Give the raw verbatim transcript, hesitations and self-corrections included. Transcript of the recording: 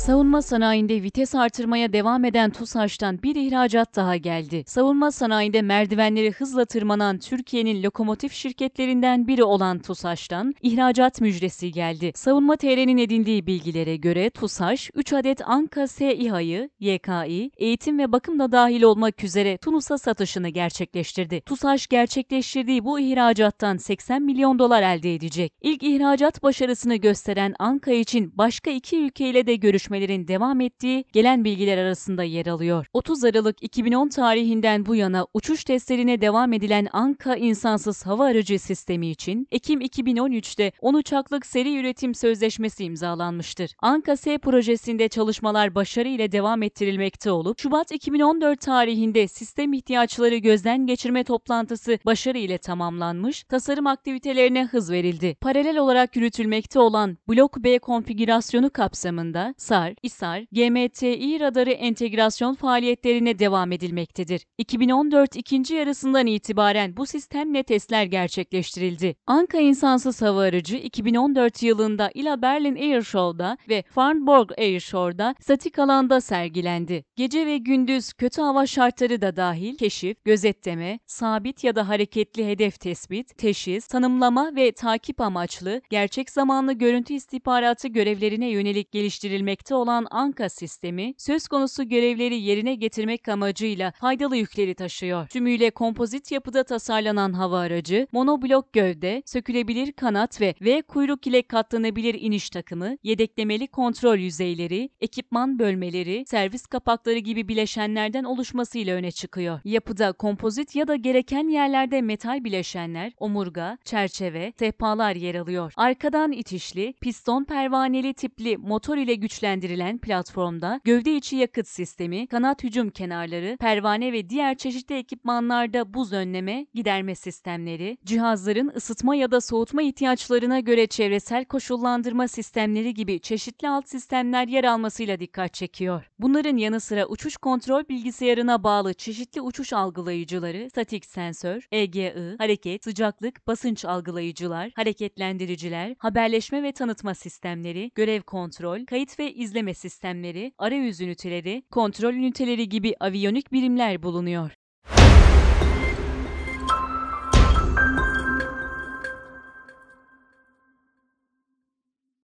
Savunma sanayinde vites artırmaya devam eden TUSAŞ'tan bir ihracat daha geldi. Savunma sanayinde merdivenleri hızla tırmanan Türkiye'nin lokomotif şirketlerinden biri olan TUSAŞ'tan ihracat müjdesi geldi. Savunma T R'nin edindiği bilgilere göre TUSAŞ, üç adet Anka S İHA'yı, Y K İ, eğitim ve bakım da dahil olmak üzere Tunus'a satışını gerçekleştirdi. TUSAŞ gerçekleştirdiği bu ihracattan seksen milyon dolar elde edecek. İlk ihracat başarısını gösteren Anka için başka iki ülkeyle de görüşmelerin devam ettiği gelen bilgiler arasında yer alıyor. otuz Aralık iki bin on tarihinden bu yana uçuş testlerine devam edilen Anka insansız hava aracı sistemi için Ekim iki bin on üç'te on uçaklık seri üretim sözleşmesi imzalanmıştır. Anka S projesinde çalışmalar başarıyla devam ettirilmekte olup Şubat iki bin on dört tarihinde sistem ihtiyaçları gözden geçirme toplantısı başarıyla tamamlanmış, tasarım aktivitelerine hız verildi. Paralel olarak yürütülmekte olan Blok B konfigürasyonu kapsamında SAR, İSAR, G M T İ radarı entegrasyon faaliyetlerine devam edilmektedir. iki bin on dört ikinci yarısından itibaren bu sistemle testler gerçekleştirildi. Anka insansız hava aracı iki bin on dört yılında Ila Berlin Air Show'da ve Farnborough Air Show'da statik alanda sergilendi. Gece ve gündüz kötü hava şartları da dahil keşif, gözetleme, sabit ya da hareketli hedef tespit, teşhis, tanımlama ve takip amaçlı gerçek zamanlı görüntü istihbaratı görevlerine yönelik geliştirilmekte olan Anka sistemi, söz konusu görevleri yerine getirmek amacıyla faydalı yükleri taşıyor. Tümüyle kompozit yapıda tasarlanan hava aracı, monoblok gövde, sökülebilir kanat ve V kuyruk ile katlanabilir iniş takımı, yedeklemeli kontrol yüzeyleri, ekipman bölmeleri, servis kapakları gibi bileşenlerden oluşmasıyla öne çıkıyor. Yapıda kompozit ya da gereken yerlerde metal bileşenler, omurga, çerçeve, sehpalar yer alıyor. Arkadan itişli, piston pervaneli tipli motor ile güçlendirilen platformda gövde içi yakıt sistemi, kanat hücum kenarları, pervane ve diğer çeşitli ekipmanlarda buz önleme, giderme sistemleri, cihazların ısıtma ya da soğutma ihtiyaçlarına göre çevresel koşullandırma sistemleri gibi çeşitli alt sistemler yer almasıyla dikkat çekiyor. Bunların yanı sıra uçuş kontrol bilgisayarına bağlı çeşitli uçuş algılayıcıları, statik sensör, E G I, hareket, sıcaklık, basınç algılayıcılar, hareketlendiriciler, haberleşme ve tanıtma sistemleri, görev kontrol, kayıt ve izleme sistemleri, arayüz üniteleri, kontrol üniteleri gibi aviyonik birimler bulunuyor.